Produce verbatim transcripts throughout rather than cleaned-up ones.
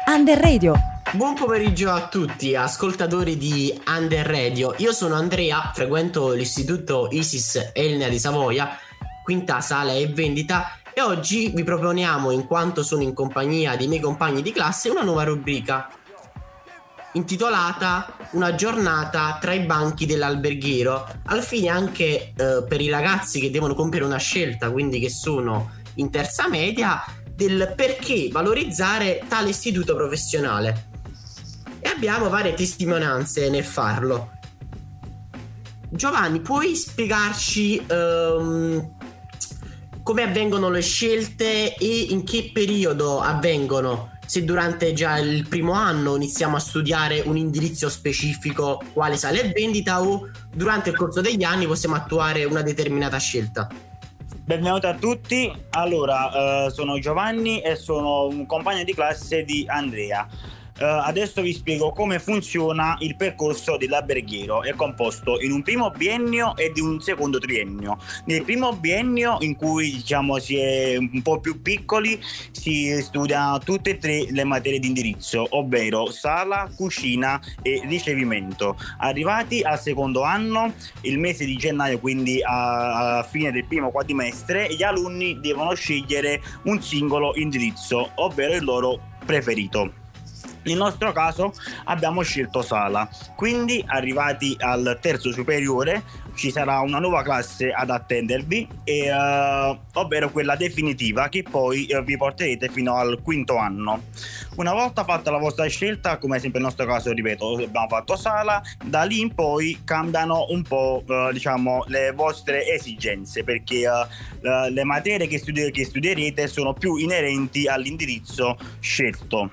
Under Radio. Buon pomeriggio a tutti, ascoltatori di Under Radio. Io sono Andrea, frequento l'istituto Isis Elena di Savoia, quinta sala e vendita, e oggi vi proponiamo, in quanto sono in compagnia dei miei compagni di classe, una nuova rubrica intitolata Una giornata tra i banchi dell'alberghiero, al fine anche eh, per i ragazzi che devono compiere una scelta, quindi che sono in terza media, del perché valorizzare tale istituto professionale. E abbiamo varie testimonianze nel farlo. Giovanni, puoi spiegarci um, come avvengono le scelte e in che periodo avvengono? Se durante già il primo anno iniziamo a studiare un indirizzo specifico, quale sala e vendita, o durante il corso degli anni possiamo attuare una determinata scelta. Benvenuti a tutti. Allora, eh, sono Giovanni e sono un compagno di classe di Andrea. Uh, adesso vi spiego come funziona il percorso dell'alberghiero. È composto in un primo biennio e di un secondo triennio. Nel primo biennio, in cui diciamo si è un po' più piccoli, si studia tutte e tre le materie di indirizzo, ovvero sala, cucina e ricevimento. Arrivati al secondo anno, il mese di gennaio, quindi a fine del primo quadrimestre, gli alunni devono scegliere un singolo indirizzo, ovvero il loro preferito. Nel nostro caso abbiamo scelto sala, quindi arrivati al terzo superiore ci sarà una nuova classe ad attendervi, e, uh, ovvero quella definitiva, che poi uh, vi porterete fino al quinto anno. Una volta fatta la vostra scelta, come sempre nel nostro caso, ripeto, abbiamo fatto sala, da lì in poi cambiano un po' uh, diciamo le vostre esigenze, perché uh, uh, le materie che, studi- che studierete sono più inerenti all'indirizzo scelto.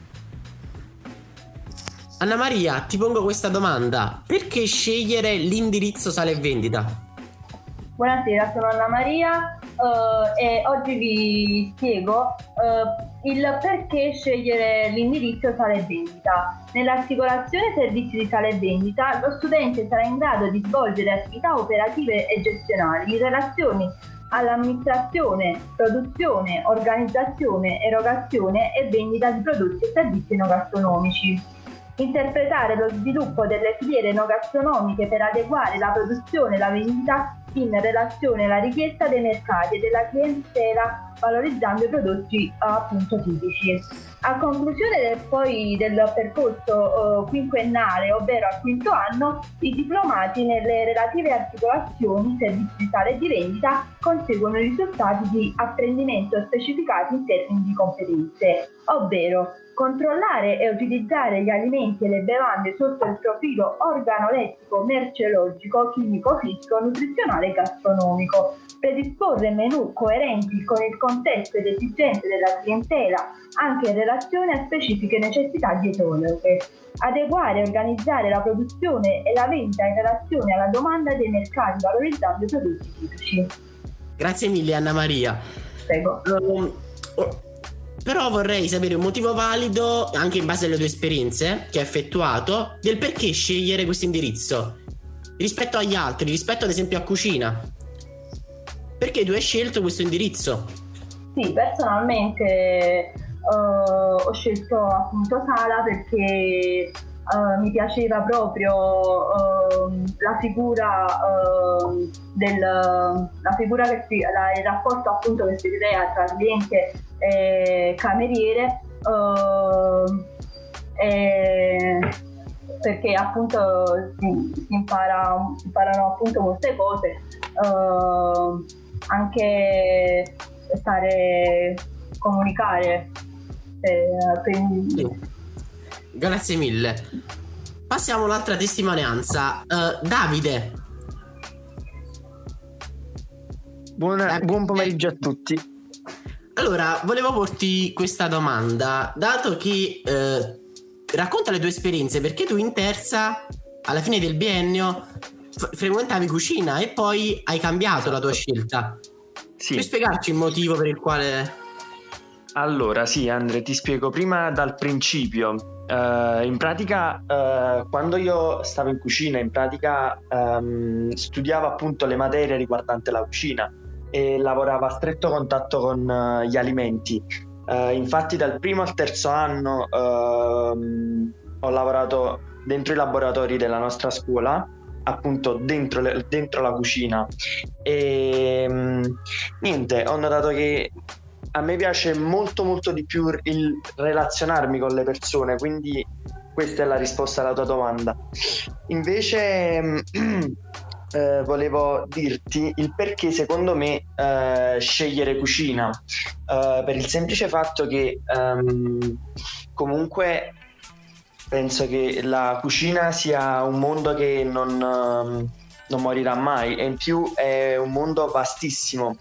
Anna Maria, ti pongo questa domanda: perché scegliere l'indirizzo sala e vendita? Buonasera, sono Anna Maria uh, e oggi vi spiego uh, il perché scegliere l'indirizzo sala e vendita. Nell'articolazione servizi di sala e vendita, lo studente sarà in grado di svolgere attività operative e gestionali in relazione all'amministrazione, produzione, organizzazione, erogazione e vendita di prodotti e servizi enogastronomici. Interpretare lo sviluppo delle filiere enogastronomiche per adeguare la produzione e la vendita in relazione alla richiesta dei mercati e della clientela, valorizzando i prodotti appunto tipici. A conclusione del, poi del percorso uh, quinquennale, ovvero al quinto anno, i diplomati nelle relative articolazioni, servizi di sala e di vendita, conseguono i risultati di apprendimento specificati in termini di competenze, ovvero controllare e utilizzare gli alimenti e le bevande sotto il profilo organolettico, merceologico, chimico, fisico, nutrizionale e gastronomico, predisporre menù coerenti con il contesto ed esigenze della clientela, anche in relazione a specifiche necessità dietologiche, adeguare e organizzare la produzione e la vendita in relazione alla domanda dei mercati, valorizzando i prodotti tipici. Grazie mille Anna Maria. Prego. Um, oh. Però vorrei sapere un motivo valido, anche in base alle tue esperienze che hai effettuato, del perché scegliere questo indirizzo rispetto agli altri, rispetto ad esempio a cucina. Perché tu hai scelto questo indirizzo? Sì, personalmente uh, ho scelto appunto sala perché uh, mi piaceva proprio uh, la figura uh, del la figura che si, la, il rapporto appunto che si crea tra cliente e cameriere, uh, e perché appunto si, si impara imparano appunto molte cose, uh, anche stare comunicare, eh, quindi... Sì. Grazie mille. Passiamo all'altra testimonianza. uh, Davide. Buona, Davide. Buon pomeriggio a tutti. Allora, volevo porti questa domanda, dato che eh, racconta le tue esperienze, perché tu in terza, alla fine del biennio, f- frequentavi cucina e poi hai cambiato la tua scelta. Sì. Puoi spiegarci il motivo per il quale... Allora, sì, Andre, ti spiego prima dal principio. Uh, in pratica, uh, quando io stavo in cucina, in pratica um, studiavo appunto le materie riguardanti la cucina e lavoravo a stretto contatto con uh, gli alimenti. Uh, Uh, infatti dal primo al terzo anno uh, ho lavorato dentro i laboratori della nostra scuola, appunto dentro, le, dentro la cucina, e um, niente, ho notato che a me piace molto molto di più il relazionarmi con le persone, quindi questa è la risposta alla tua domanda. Invece eh, volevo dirti il perché secondo me eh, scegliere cucina, eh, per il semplice fatto che ehm, comunque penso che la cucina sia un mondo che non, non morirà mai, e in più è un mondo vastissimo,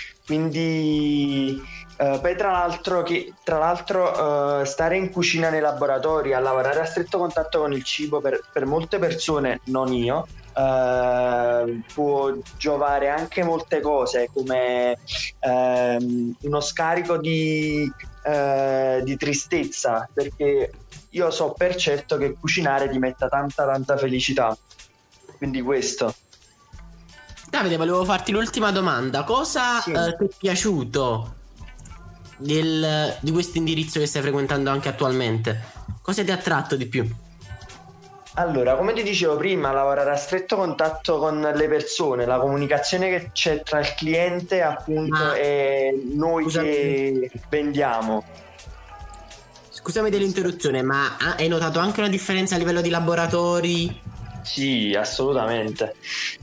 quindi Uh, poi tra l'altro, che, tra l'altro uh, stare in cucina nei laboratori a lavorare a stretto contatto con il cibo per, per molte persone, non io, uh, può giovare anche molte cose, come uh, uno scarico di, uh, di tristezza, perché io so per certo che cucinare ti metta tanta tanta felicità, quindi questo. Davide, volevo farti l'ultima domanda. Cosa sì. uh, ti è piaciuto Del, di questo indirizzo che stai frequentando anche attualmente? Cosa ti ha attratto di più? Allora, come ti dicevo prima, lavorare a stretto contatto con le persone, la comunicazione che c'è tra il cliente appunto ah, e noi scusami. che vendiamo. Scusami dell'interruzione, ma hai notato anche una differenza a livello di laboratori? Sì, assolutamente.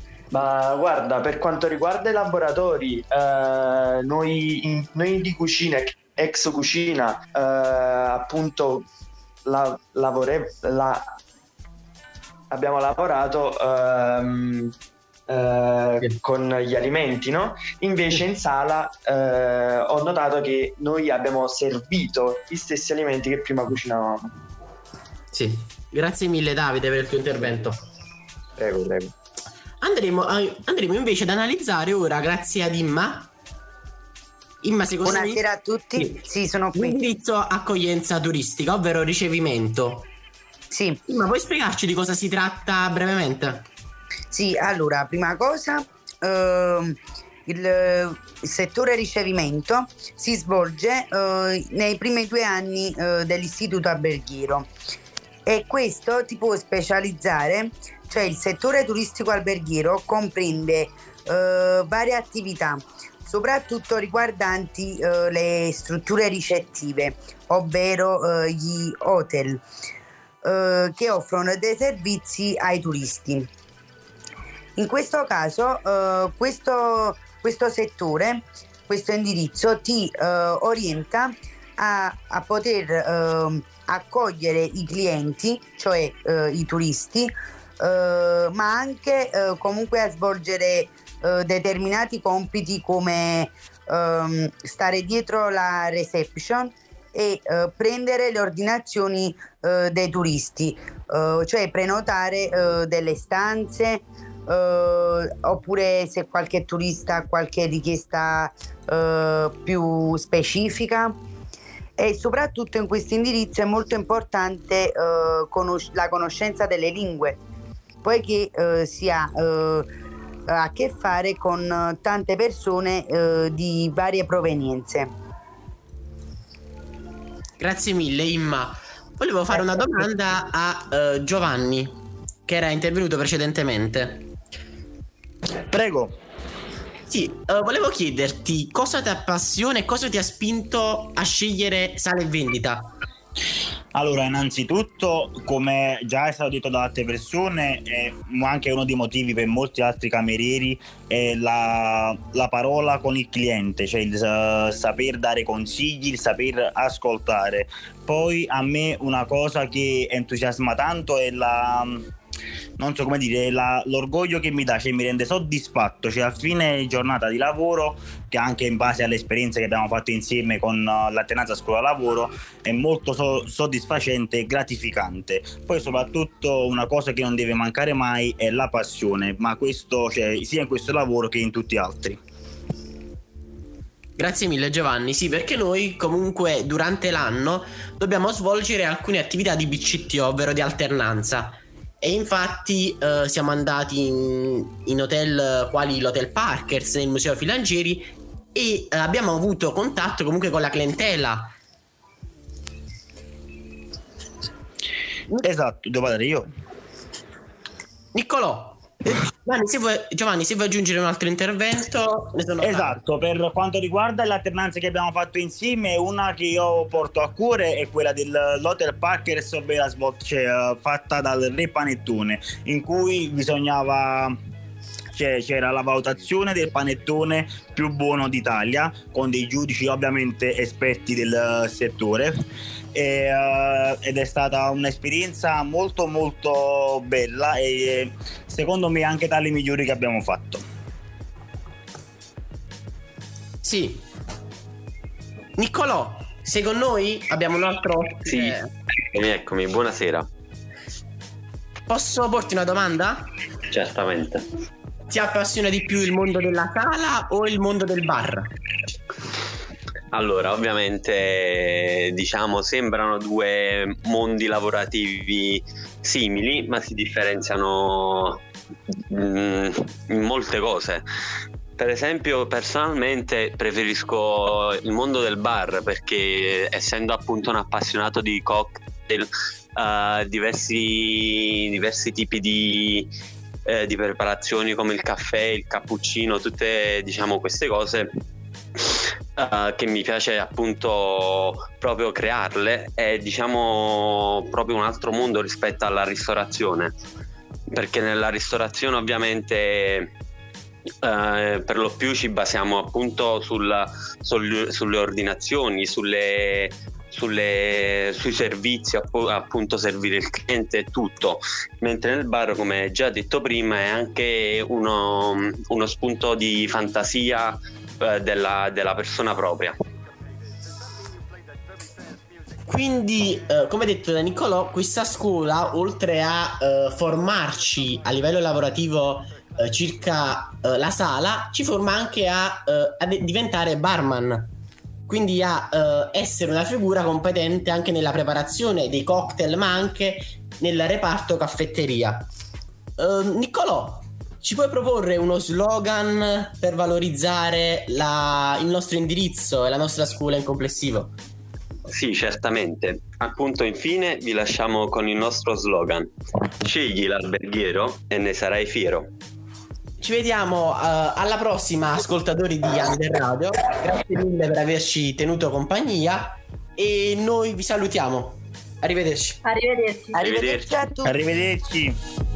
Ma guarda, per quanto riguarda i laboratori, eh, noi, in, noi di cucina, ex cucina, eh, appunto la, lavore, la, abbiamo lavorato ehm, eh, con gli alimenti, no? Invece in sala eh, ho notato che noi abbiamo servito gli stessi alimenti che prima cucinavamo. Sì, grazie mille Davide per il tuo intervento. Prego, prego. Andremo, andremo invece ad analizzare ora, grazie ad Imma. Imma, secondo Buonasera me, a tutti. Sì, sono qui. L'indirizzo accoglienza turistica, ovvero ricevimento. Sì. Imma, puoi spiegarci di cosa si tratta brevemente? Sì, allora, prima cosa, eh, il, il settore ricevimento si svolge eh, nei primi due anni eh, dell'istituto alberghiero, e questo ti può specializzare. Cioè il settore turistico alberghiero comprende eh, varie attività, soprattutto riguardanti eh, le strutture ricettive, ovvero eh, gli hotel, eh, che offrono dei servizi ai turisti. In questo caso eh, questo, questo settore, questo indirizzo ti eh, orienta a, a poter eh, accogliere i clienti, cioè eh, i turisti, Uh, ma anche uh, comunque a svolgere uh, determinati compiti come um, stare dietro la reception e uh, prendere le ordinazioni uh, dei turisti, uh, cioè prenotare uh, delle stanze, uh, oppure se qualche turista ha qualche richiesta uh, più specifica. E soprattutto in questo indirizzo è molto importante uh, conos- la conoscenza delle lingue, poiché eh, si ha eh, a che fare con tante persone eh, di varie provenienze. Grazie mille Imma. Volevo fare una domanda a uh, Giovanni, che era intervenuto precedentemente. Prego. Sì, uh, volevo chiederti cosa ti appassiona e cosa ti ha spinto a scegliere Sala e Vendita. Allora, innanzitutto, come già è stato detto da altre persone, è anche uno dei motivi per molti altri camerieri è la, la parola con il cliente, cioè il uh, saper dare consigli, il saper ascoltare. Poi a me una cosa che entusiasma tanto è la... non so come dire, la, l'orgoglio che mi dà, cioè mi rende soddisfatto, cioè a fine giornata di lavoro, che anche in base alle esperienze che abbiamo fatto insieme con uh, l'alternanza scuola-lavoro, è molto so- soddisfacente e gratificante. Poi soprattutto una cosa che non deve mancare mai è la passione, ma questo, cioè, sia in questo lavoro che in tutti gli altri. Grazie mille Giovanni. Sì, perché noi comunque durante l'anno dobbiamo svolgere alcune attività di B C T, ovvero di alternanza. E infatti eh, siamo andati in, in hotel quali l'Hotel Parkers, nel Museo Filangieri, e eh, abbiamo avuto contatto comunque con la clientela Esatto, devo parlare io. Niccolò, Giovanni se, vuoi, Giovanni, se vuoi aggiungere un altro intervento, ne sono esatto, tanti. Per quanto riguarda l'alternanza che abbiamo fatto insieme, una che io porto a cuore è quella dell'Hotel Packers, ovvero la Swatch, cioè, fatta dal Re Panettone, in cui bisognava... Cioè, c'era la valutazione del panettone più buono d'Italia con dei giudici ovviamente esperti del settore e, uh, ed è stata un'esperienza molto molto bella e secondo me anche tra le migliori che abbiamo fatto. Sì. Niccolò, sei con noi? Abbiamo un altro... Sì, eccomi, eccomi, buonasera. Posso porti una domanda? Certamente. Ti appassiona di più il mondo della sala o il mondo del bar? Allora, ovviamente, diciamo, sembrano due mondi lavorativi simili, ma si differenziano mm, in molte cose. Per esempio, personalmente preferisco il mondo del bar perché, essendo appunto un appassionato di cocktail, uh, diversi, diversi tipi di Eh, di preparazioni come il caffè, il cappuccino, tutte diciamo queste cose uh, che mi piace appunto proprio crearle, è diciamo proprio un altro mondo rispetto alla ristorazione, perché nella ristorazione ovviamente uh, per lo più ci basiamo appunto sul, sul, sulle ordinazioni, sulle Sulle, sui servizi, appunto servire il cliente e tutto, mentre nel bar, come già detto prima, è anche uno, uno spunto di fantasia eh, della, della persona propria. Quindi eh, come detto da Niccolò, questa scuola, oltre a eh, formarci a livello lavorativo eh, circa eh, la sala, ci forma anche a, eh, a diventare barman, quindi a uh, essere una figura competente anche nella preparazione dei cocktail, ma anche nel reparto caffetteria. Uh, Niccolò, ci puoi proporre uno slogan per valorizzare la, il nostro indirizzo e la nostra scuola in complessivo? Sì, certamente. Appunto, infine vi lasciamo con il nostro slogan: scegli l'alberghiero e ne sarai fiero. Ci vediamo uh, alla prossima, ascoltatori di Under Radio. Grazie mille per averci tenuto compagnia e noi vi salutiamo. Arrivederci. Arrivederci. Arrivederci a tutti. Arrivederci.